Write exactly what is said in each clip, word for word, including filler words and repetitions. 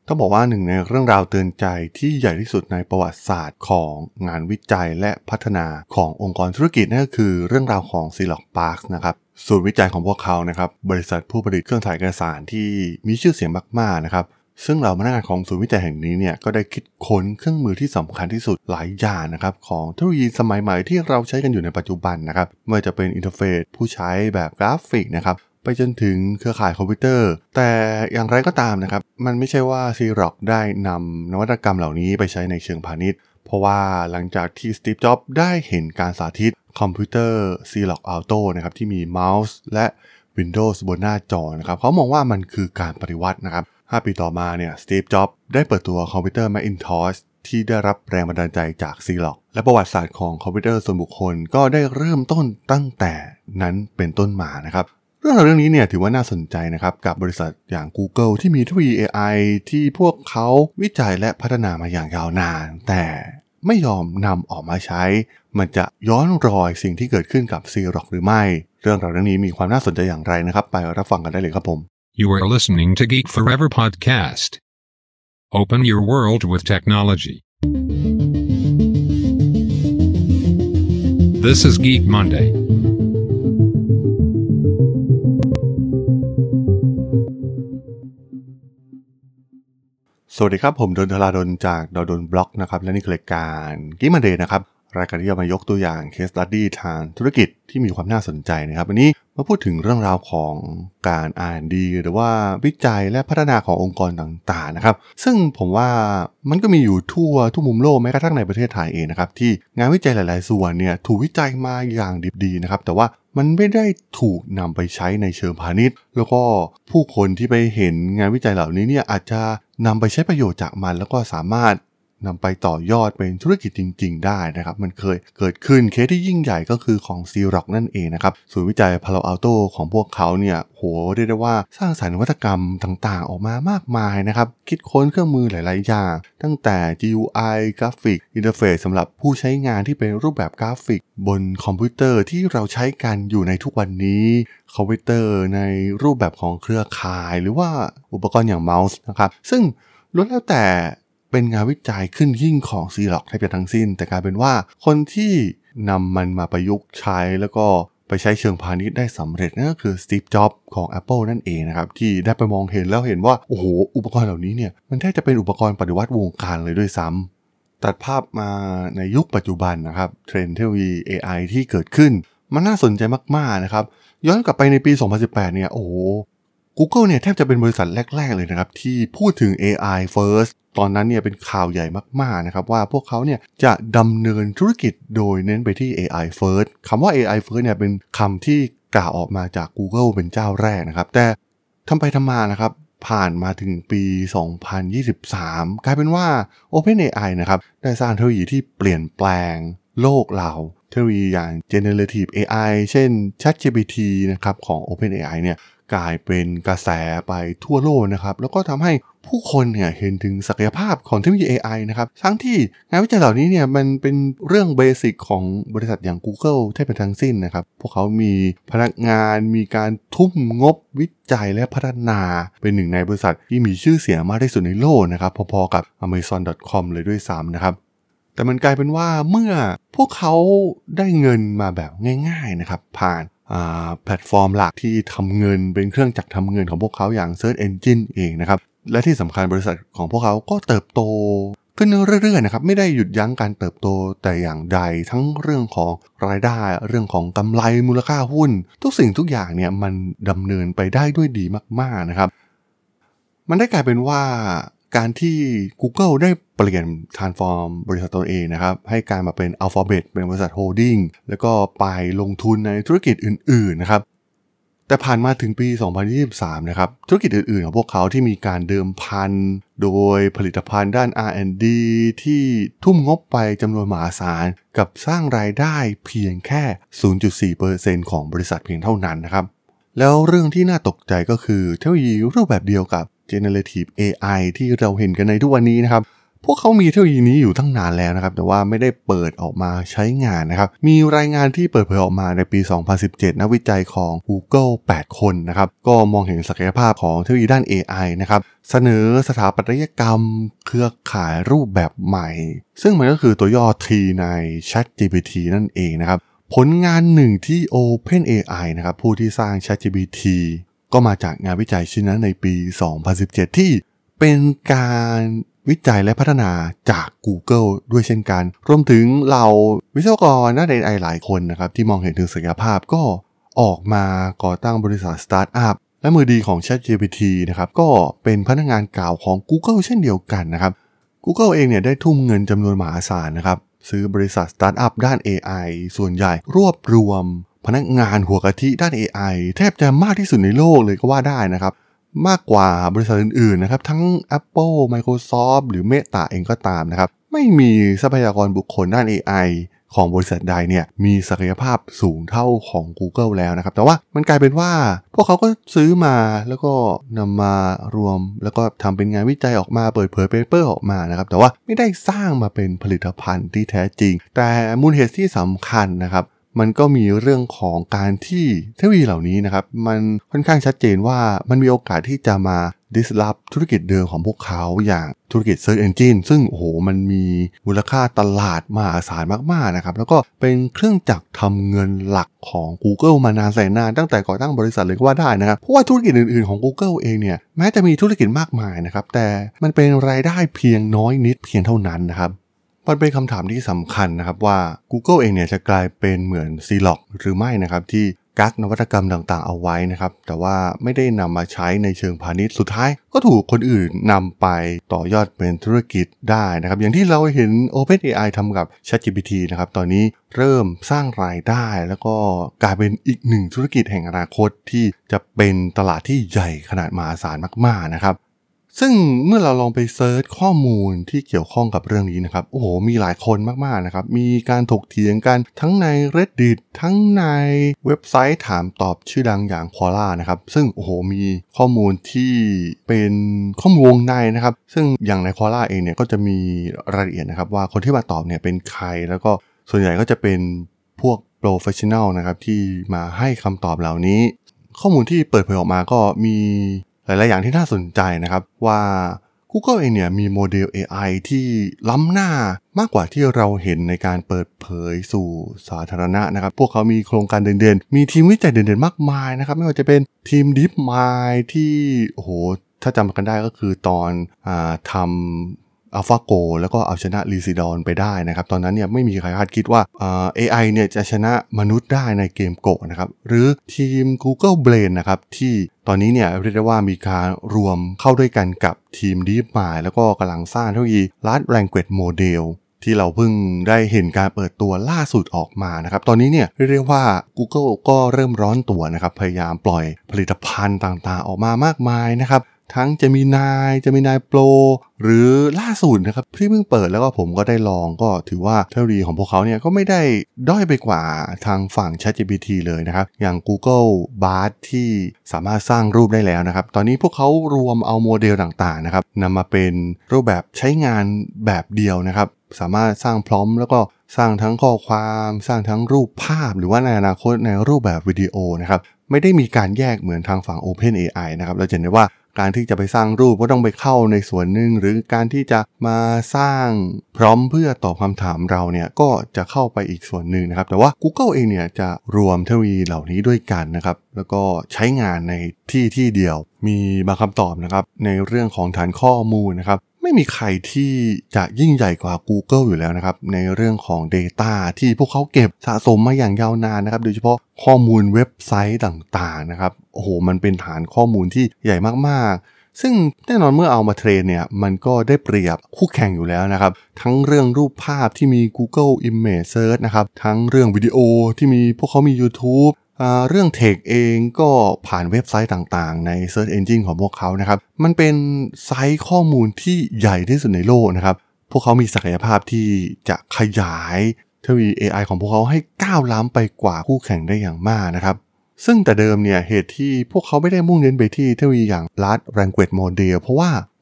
ต้องบอกว่าหนึ่งในเรื่องราวเตือนใจที่ใหญ่ที่สุดในประวัติศาสตร์ของงานวิจัยและพัฒนาขององค์กรธุรกิจนั่นก็คือเรื่องราวของ Xerox PARC นะครับศูนย์วิจัยของพวกเขานะครับบริษัทผู้ผลิตเครื่องถ่ายเอกสารที่มีชื่อเสียงมากๆนะครับซึ่งเหล่าพนักงานของศูนย์วิจัยแห่งนี้เนี่ยก็ได้คิดค้นเครื่องมือที่สำคัญที่สุดหลายอย่างนะครับของเทคโนโลยีสมัยใหม่ที่เราใช้กันอยู่ในปัจจุบันนะครับไม่ว่าจะเป็นอินเทอร์เฟซผู้ใช้แบบกราฟิกนะครับไปจนถึงเครือข่ายคอมพิวเตอร์แต่อย่างไรก็ตามนะครับมันไม่ใช่ว่า Xerox ได้นำนวัตกรรมเหล่านี้ไปใช้ในเชิงพาณิชย์เพราะว่าหลังจากที่ Steve Jobs ได้เห็นการสาธิตคอมพิวเตอร์ Xerox Alto นะครับที่มีเมาส์และ Windows บนหน้าจอนะครับเขามองว่ามันคือการปฏิวัตินะครับห้าปีต่อมาเนี่ย Steve Jobs ได้เปิดตัวคอมพิวเตอร์ Macintosh ที่ได้รับแรงบันดาลใจจาก Xerox และประวัติศาสตร์ของคอมพิวเตอร์ส่วนบุคคลก็ได้เริ่มต้นตั้งแต่นั้นเป็นต้นมานะครับเรื่องราวเรื่องนี้เนี่ยถือว่าน่าสนใจนะครับกับบริษัทอย่าง Google ที่มีเทคโนโลยี เอ ไอ ที่พวกเขาวิจัยและพัฒนามาอย่างยาวนานแต่ไม่ยอมนำออกมาใช้มันจะย้อนรอยสิ่งที่เกิดขึ้นกับ Xerox หรือไม่เรื่องราวเรื่องนี้มีความน่าสนใจอย่างไรนะครับไปรับฟังกันได้เลยครับผม You are listening to Geek Forever podcast. Open your world with technology. This is Geek Monday. สวัสดีครับผมดนทราดลจากดนบล็อกนะครับและนี่คือรายการGeek Mondayนะครับรายการที่จะมายกตัวอย่าง case study ทางธุรกิจที่มีความน่าสนใจนะครับวันนี้มาพูดถึงเรื่องราวของการ อาร์ แอนด์ ดี หรือว่าวิจัยและพัฒนาขององค์กรต่างๆนะครับซึ่งผมว่ามันก็มีอยู่ทั่วทุกมุมโลกแม้กระทั่งในประเทศไทยเองนะครับที่งานวิจัยหลายๆส่วนเนี่ยถูกวิจัยมาอย่างดิบดีนะครับแต่ว่ามันไม่ได้ถูกนำไปใช้ในเชิงพาณิชย์แล้วก็ผู้คนที่ไปเห็นงานวิจัยเหล่านี้เนี่ยอาจจะนำไปใช้ประโยชน์จากมันแล้วก็สามารถนำไปต่อยอดเป็นธุรกิจจริงๆได้นะครับมันเคยเกิดขึ้นเคสที่ยิ่งใหญ่ก็คือของ Xerox นั่นเองนะครับศูนย์วิจัย Palo Alto ของพวกเขาเนี่ยโหเรียกได้ว่าสร้างสรรค์นวัตกรรมต่างๆออกมามากมายนะครับคิดค้นเครื่องมือหลายๆอย่างตั้งแต่ จี ยู ไอ Graphic Interface สำหรับผู้ใช้งานที่เป็นรูปแบบกราฟิกบนคอมพิวเตอร์ที่เราใช้กันอยู่ในทุกวันนี้คอมพิวเตอร์ในรูปแบบของเครือข่ายหรือว่าอุปกรณ์อย่างเมาส์นะครับซึ่งล้วนแล้วแต่เป็นงานวิจัยขึ้นหิ้งของ Xerox แทบจะทั้งสิ้นแต่กลายเป็นว่าคนที่นำมันมาประยุกต์ใช้แล้วก็ไปใช้เชิงพาณิชย์ได้สำเร็จนั่นก็คือ Steve Jobs ของ Apple นั่นเองนะครับที่ได้ไปมองเห็นแล้วเห็นว่าโอ้โหอุปกรณ์เหล่านี้เนี่ยมันแทบจะเป็นอุปกรณ์ปฏิวัติวงการเลยด้วยซ้ำตัดภาพมาในยุคปัจจุบันนะครับเทรนด์เทคโนโลยี เอ ไอ ที่เกิดขึ้นมันน่าสนใจมากๆนะครับย้อนกลับไปในปีสองพันสิบแปดเนี่ยโอ้โหGoogle เนี่ยแทบจะเป็นบริษัทแรกๆเลยนะครับที่พูดถึง เอ ไอ First ตอนนั้นเนี่ยเป็นข่าวใหญ่มากๆนะครับว่าพวกเขาเนี่ยจะดำเนินธุรกิจโดยเน้นไปที่ เอ ไอ First คำว่า เอ ไอ First เนี่ยเป็นคำที่กล่าวออกมาจาก Google เป็นเจ้าแรกนะครับแต่ทำไปทำมานะครับผ่านมาถึงปีสองพันยี่สิบสามกลายเป็นว่า OpenAI นะครับได้สร้างเทคโนโลยีที่เปลี่ยนแปลงโลกเราเทคโนโลยีอย่าง Generative เอ ไอ เช่น ChatGPT นะครับของ OpenAI เนี่ยกลายเป็นกระแสไปทั่วโลกนะครับแล้วก็ทำให้ผู้คนเนี่ยเห็นถึงศักยภาพของเทคโนโลยี เอ ไอ นะครับทั้งที่งานวิจัยเหล่านี้เนี่ยมันเป็นเรื่องเบสิกของบริษัทอย่าง Google แทบเป็นทั้งสิ้นนะครับพวกเขามีพนักงานมีการทุ่มงบวิจัยและพัฒนาเป็นหนึ่งในบริษัทที่มีชื่อเสียงมากที่สุดในโลกนะครับพอๆกับ อะเมซอน ดอท คอม เลยด้วยซ้ำนะครับแต่มันกลายเป็นว่าเมื่อพวกเขาได้เงินมาแบบง่ายๆนะครับผ่านแพลตฟอร์มหลักที่ทำเงินเป็นเครื่องจักรทำเงินของพวกเขาอย่าง Search Engine เองนะครับและที่สำคัญบริษัทของพวกเขาก็เติบโตขึ้นเรื่อยๆนะครับไม่ได้หยุดยั้งการเติบโตแต่อย่างใดทั้งเรื่องของรายได้เรื่องของกำไรมูลค่าหุ้นทุกสิ่งทุกอย่างเนี่ยมันดำเนินไปได้ด้วยดีมากๆนะครับมันได้กลายเป็นว่าการที่ Google ได้เปลี่ยน transform บริษัทตัวเองนะครับให้กลายมาเป็น Alphabet เป็นบริษัทโฮลดิ้งแล้วก็ไปลงทุนในธุรกิจอื่นๆนะครับแต่ผ่านมาถึงปีสองพันยี่สิบสามนะครับธุรกิจอื่นๆของพวกเขาที่มีการเดิมพันโดยผลิตภัณฑ์ด้าน อาร์ แอนด์ ดี ที่ทุ่มงบไปจำนวนมหาศาลกับสร้างรายได้เพียงแค่ ศูนย์จุดสี่เปอร์เซ็นต์ ของบริษัทเพียงเท่านั้นนะครับแล้วเรื่องที่น่าตกใจก็คือเทคโนโลยีรูปแบบเดียวกับGenerative เอ ไอ ที่เราเห็นกันในทุกวันนี้นะครับพวกเขามีเทคโนโลยีนี้อยู่ตั้งนานแล้วนะครับแต่ว่าไม่ได้เปิดออกมาใช้งานนะครับมีรายงานที่เปิดเผยออกมาในปีสองพันสิบเจ็ดนักวิจัยของ Google แปดคนนะครับก็มองเห็นศักยภาพของเทคโนโลยีด้าน เอ ไอ นะครับเสนอสถาปัตยกรรมเครือข่ายรูปแบบใหม่ซึ่งมันก็คือตัวย่อ T ใน ChatGPT นั่นเองนะครับผลงานหนึ่งที่ OpenAI นะครับผู้ที่สร้าง ChatGPT ก็มาจากงานวิจัยชิ้นนั้นในปีสองพันสิบเจ็ดที่เป็นการวิจัยและพัฒนาจาก Google ด้วยเช่นกันรวมถึงเหล่าวิศวกรด้าน เอ ไอ หลายคนนะครับที่มองเห็นถึงศักยภาพก็ออกมาก่อตั้งบริษัทสตาร์ทอัพและมือดีของ ChatGPT นะครับก็เป็นพนักงานเก่าของ Google เช่นเดียวกันนะครับ Google เองเนี่ยได้ทุ่มเงินจำนวนมหาศาลนะครับซื้อบริษัทสตาร์ทอัพด้าน เอ ไอ ส่วนใหญ่รวบรวมพนักงานหัวกะทิด้าน เอ ไอ แทบจะมากที่สุดในโลกเลยก็ว่าได้นะครับมากกว่าบริษัทอื่นๆนะครับทั้ง Apple Microsoft หรือ Meta เองก็ตามนะครับไม่มีทรัพยากรบุคคลด้าน เอ ไอ ของบริษัทใดเนี่ยมีศักยภาพสูงเท่าของ Google แล้วนะครับแต่ว่ามันกลายเป็นว่าพวกเขาก็ซื้อมาแล้วก็นำมารวมแล้วก็ทำเป็นงานวิจัยออกมาเปิดเผยเปเปอร์ออกมานะครับแต่ว่าไม่ได้สร้างมาเป็นผลิตภัณฑ์ที่แท้จริงแต่มูลเหตุที่สำคัญนะครับมันก็มีเรื่องของการที่เทคโนโลยีเหล่านี้นะครับมันค่อนข้างชัดเจนว่ามันมีโอกาสที่จะมา disrupt ธุรกิจเดิมของพวกเขาอย่างธุรกิจ Search Engine ซึ่งโอ้โหมันมีมูลค่าตลาดมหาศาลมากๆนะครับแล้วก็เป็นเครื่องจักรทำเงินหลักของ Google มานานแสนนานตั้งแต่ก่อตั้งบริษัทเลยก็ว่าได้นะครับเพราะว่าธุรกิจอื่นๆของ Google เองเนี่ยแม้จะมีธุรกิจมากมายนะครับแต่มันเป็นรายได้เพียงน้อยนิดเพียงเท่านั้นนะครับมันเป็นคำถามที่สำคัญนะครับว่า Google เองเนี่ยจะกลายเป็นเหมือน Xerox หรือไม่นะครับที่กักนวัตกรรมต่างๆเอาไว้นะครับแต่ว่าไม่ได้นำมาใช้ในเชิงพาณิชย์สุดท้ายก็ถูกคนอื่นนำไปต่อยอดเป็นธุรกิจได้นะครับอย่างที่เราเห็น OpenAI ทำกับ ChatGPT นะครับตอนนี้เริ่มสร้างรายได้แล้วก็กลายเป็นอีกหนึ่งธุรกิจแห่งอนาคตที่จะเป็นตลาดที่ใหญ่ขนาดมหาศาลมากๆนะครับซึ่งเมื่อเราลองไปเซิร์ชข้อมูลที่เกี่ยวข้องกับเรื่องนี้นะครับโอ้โหมีหลายคนมากๆนะครับมีการถกเถียงกันทั้งใน Reddit ทั้งในเว็บไซต์ถามตอบชื่อดังอย่าง Quora นะครับซึ่งโอ้โหมีข้อมูลที่เป็นข้อมูลวงในนะครับซึ่งอย่างใน Quora เองเนี่ยก็จะมีรายละเอียดนะครับว่าคนที่มาตอบเนี่ยเป็นใครแล้วก็ส่วนใหญ่ก็จะเป็นพวก professional นะครับที่มาให้คำตอบเหล่านี้ข้อมูลที่เปิดเผยออกมาก็มีหลายๆอย่างที่น่าสนใจนะครับว่า Google เองเนี่ยมีโมเดล เอ ไอ ที่ล้ำหน้ามากกว่าที่เราเห็นในการเปิดเผยสู่สาธารณะนะครับพวกเขามีโครงการเด่นๆมีทีมวิจัยเด่นๆมากมายนะครับไม่ว่าจะเป็นทีม DeepMind ที่โอ้โหถ้าจำกันได้ก็คือตอนอ่าทำAlphaGo แล้วก็เอาชนะลีซิดอนไปได้นะครับตอนนั้นเนี่ยไม่มีใครคาดคิดว่าเอ่อ เอ ไอ เนี่ยจะชนะมนุษย์ได้ในเกมโกะนะครับหรือทีม Google Brain นะครับที่ตอนนี้เนี่ยเรียกได้ว่ามีการรวมเข้าด้วยกันกับทีม DeepMind แล้วก็กำลังสร้างเทคโนโลยี Large Language Model ที่เราเพิ่งได้เห็นการเปิดตัวล่าสุดออกมานะครับตอนนี้เนี่ยเรียกว่า Google ก็เริ่มร้อนตัวนะครับพยายามปล่อยผลิตภัณฑ์ต่างๆออกมามากมายนะครับทั้ง Gemini Gemini Pro หรือล่าสุดนะครับที่เพิ่งเปิดแล้วก็ผมก็ได้ลองก็ถือว่าเทคโนโลยีของพวกเขาเนี่ยก็ไม่ได้ด้อยไปกว่าทางฝั่ง ChatGPT เลยนะครับอย่าง Google Bard ที่สามารถสร้างรูปได้แล้วนะครับตอนนี้พวกเขารวมเอาโมเดลต่างๆนะครับนำมาเป็นรูปแบบใช้งานแบบเดียวนะครับสามารถสร้างพร้อมแล้วก็สร้างทั้งข้อความสร้างทั้งรูปภาพหรือว่าในอนาคตในรูปแบบวิดีโอนะครับไม่ได้มีการแยกเหมือนทางฝั่ง OpenAI นะครับเราจะเห็นได้ว่าการที่จะไปสร้างรูปก็ต้องไปเข้าในส่วนหนึ่งหรือการที่จะมาสร้างพร้อมเพื่อตอบคำถามเราเนี่ยก็จะเข้าไปอีกส่วนหนึ่งนะครับแต่ว่า Google เองเนี่ยจะรวมเทคโนโลยีเหล่านี้ด้วยกันนะครับแล้วก็ใช้งานในที่ที่เดียวมีบางคำตอบนะครับในเรื่องของฐานข้อมูลนะครับไม่มีใครที่จะยิ่งใหญ่กว่า Google อยู่แล้วนะครับในเรื่องของ data ที่พวกเขาเก็บสะสมมาอย่างยาวนานนะครับโดยเฉพาะข้อมูลเว็บไซต์ต่างๆนะครับโอ้โหมันเป็นฐานข้อมูลที่ใหญ่มากๆซึ่งแน่นอนเมื่อเอามาเทรนเนี่ยมันก็ได้เปรียบคู่แข่งอยู่แล้วนะครับทั้งเรื่องรูปภาพที่มี Google Image Search นะครับทั้งเรื่องวิดีโอที่มีพวกเขามี YouTubeอ่าเรื่องเทคเองก็ผ่านเว็บไซต์ต่างๆใน Search Engine ของพวกเขานะครับมันเป็นไซต์ข้อมูลที่ใหญ่ที่สุดในโลกนะครับพวกเขามีศักยภาพที่จะขยายเทคโนโลยี เอ ไอ ของพวกเขาให้ก้าวล้ำไปกว่าคู่แข่งได้อย่างมากนะครับซึ่งแต่เดิมเนี่ยเหตุที่พวกเขาไม่ได้มุ่งเน้นไปที่เทคโนโลยีอย่าง Large Language Model เพราะว่า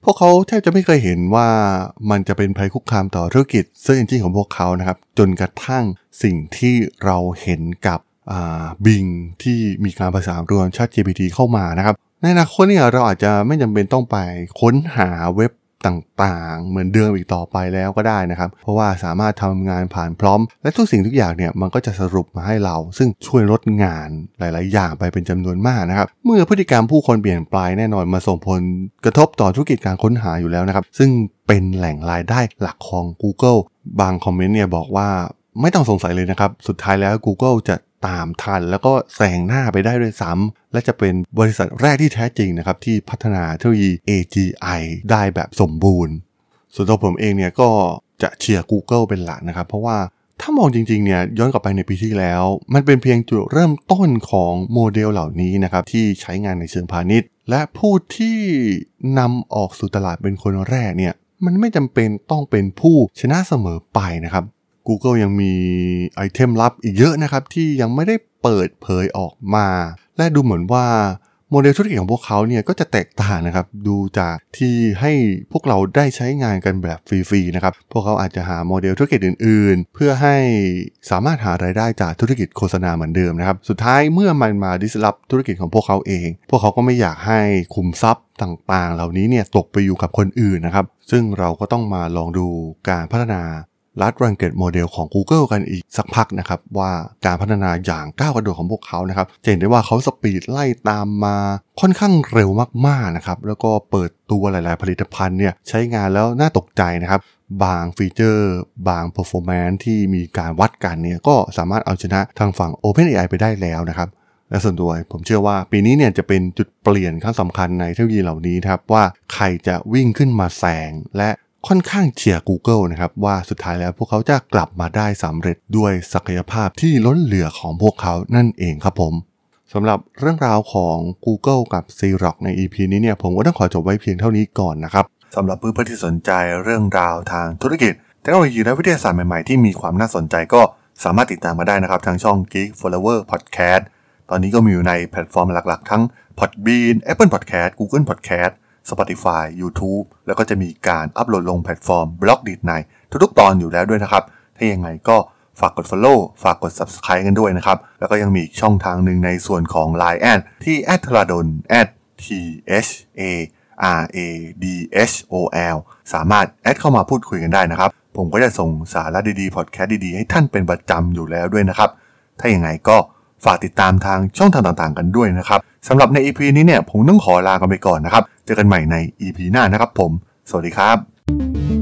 พวกเขาแทบจะไม่เคยเห็นว่ามันจะเป็นภัยคุกคามต่อธุรกิจเซิร์ชเอนจินของพวกเขานะครับจนกระทั่งสิ่งที่เราเห็นกับอ่า Bing ที่มีการผสานรวม ChatGPT เข้ามานะครับในอนาคตเนี่ยเราอาจจะไม่จำเป็นต้องไปค้นหาเว็บต่างๆเหมือนเดิมอีกต่อไปแล้วก็ได้นะครับเพราะว่าสามารถทำงานผ่านพร้อมและทุกสิ่งทุกอย่างเนี่ยมันก็จะสรุปมาให้เราซึ่งช่วยลดงานหลายๆอย่างไปเป็นจำนวนมากนะครับเมื่อพฤติกรรมผู้คนเปลี่ยนไปแน่นอนมาส่งผลกระทบต่อธุรกิจการค้นหาอยู่แล้วนะครับซึ่งเป็นแหล่งรายได้หลักของ Google บางคอมเมนต์เนี่ยบอกว่าไม่ต้องสงสัยเลยนะครับสุดท้ายแล้ว Google จะตามทันแล้วก็แซงหน้าไปได้ด้วยซ้ำและจะเป็นบริษัทแรกที่แท้จริงนะครับที่พัฒนาเทคโนโลยี เอ จี ไอ ได้แบบสมบูรณ์ส่วนตัวผมเองเนี่ยก็จะเชียร์ Google เป็นหลักนะครับเพราะว่าถ้ามองจริงๆเนี่ยย้อนกลับไปในปีที่แล้วมันเป็นเพียงจุดเริ่มต้นของโมเดลเหล่านี้นะครับที่ใช้งานในเชิงพาณิชย์และผู้ที่นำออกสู่ตลาดเป็นคนแรกเนี่ยมันไม่จำเป็นต้องเป็นผู้ชนะเสมอไปนะครับGoogle ยังมีไอเทมลับอีกเยอะนะครับที่ยังไม่ได้เปิดเผยออกมาและดูเหมือนว่าโมเดลธุรกิจของพวกเขาเนี่ยก็จะแตกต่างนะครับดูจากที่ให้พวกเราได้ใช้งานกันแบบฟรีๆนะครับพวกเขาอาจจะหาโมเดลธุรกิจอื่นๆเพื่อให้สามารถหารายได้จากธุรกิจโฆษณาเหมือนเดิมนะครับสุดท้ายเมื่อมันมาดิสรับธุรกิจของพวกเขาเองพวกเขาก็ไม่อยากให้ขุมทรัพย์ต่างๆเหล่านี้เนี่ยตกไปอยู่กับคนอื่นนะครับซึ่งเราก็ต้องมาลองดูการพัฒนาลัดรังเกตโมเดลของ Google กันอีกสักพักนะครับว่าการพัฒนาอย่างก้าวกระโดดของพวกเขานะครับจะเห็นได้ว่าเขาสปีดไล่ตามมาค่อนข้างเร็วมากๆนะครับแล้วก็เปิดตัวหลายๆผลิตภัณฑ์เนี่ยใช้งานแล้วน่าตกใจนะครับบางฟีเจอร์บาง performance ที่มีการวัดกันเนี่ยก็สามารถเอาชนะทางฝั่ง OpenAI ไปได้แล้วนะครับและส่วนตัวผมเชื่อว่าปีนี้เนี่ยจะเป็นจุดเปลี่ยนครั้งสำคัญในเทคโนโลยีเหล่านี้ครับว่าใครจะวิ่งขึ้นมาแซงและค่อนข้างเชียร์ Google นะครับว่าสุดท้ายแล้วพวกเขาจะกลับมาได้สำเร็จด้วยศักยภาพที่ล้นเหลือของพวกเขานั่นเองครับผมสำหรับเรื่องราวของ Google กับ Xerox ใน อี พี นี้เนี่ยผมก็ต้องขอจบไว้เพียงเท่านี้ก่อนนะครับสำหรับเพื่อนๆที่สนใจเรื่องราวทางธุรกิจเทคโนโลยีและวิทยาศาสตร์ใหม่ๆที่มีความน่าสนใจก็สามารถติดตามมาได้นะครับทางช่อง Geek Flower Podcast ตอนนี้ก็มีอยู่ในแพลตฟอร์มหลักๆทั้ง Podbean Apple Podcast Google Podcast Spotify YouTube แล้วก็จะมีการอัปโหลดลงแพลตฟอร์ม Blogdit ในทุกๆตอนอยู่แล้วด้วยนะครับถ้ายังไงก็ฝากกด follow ฝากกด subscribe กันด้วยนะครับแล้วก็ยังมีอีกช่องทางหนึ่งในส่วนของ ไลน์ แอด ที่ แอท ธราดล แอท ที เอช เอ อาร์ เอ ดี เอช โอ แอล สามารถแอดเข้ามาพูดคุยกันได้นะครับผมก็จะส่งสาระดีๆพอดแคสต์ดีๆให้ท่านเป็นประจำอยู่แล้วด้วยนะครับถ้ายังไงก็ฝากติดตามทางช่องทางต่างๆกันด้วยนะครับสำหรับใน อี พี นี้เนี่ยผมต้องขอลากันไปก่อนนะครับเจอกันใหม่ใน อี พี หน้านะครับผมสวัสดีครับ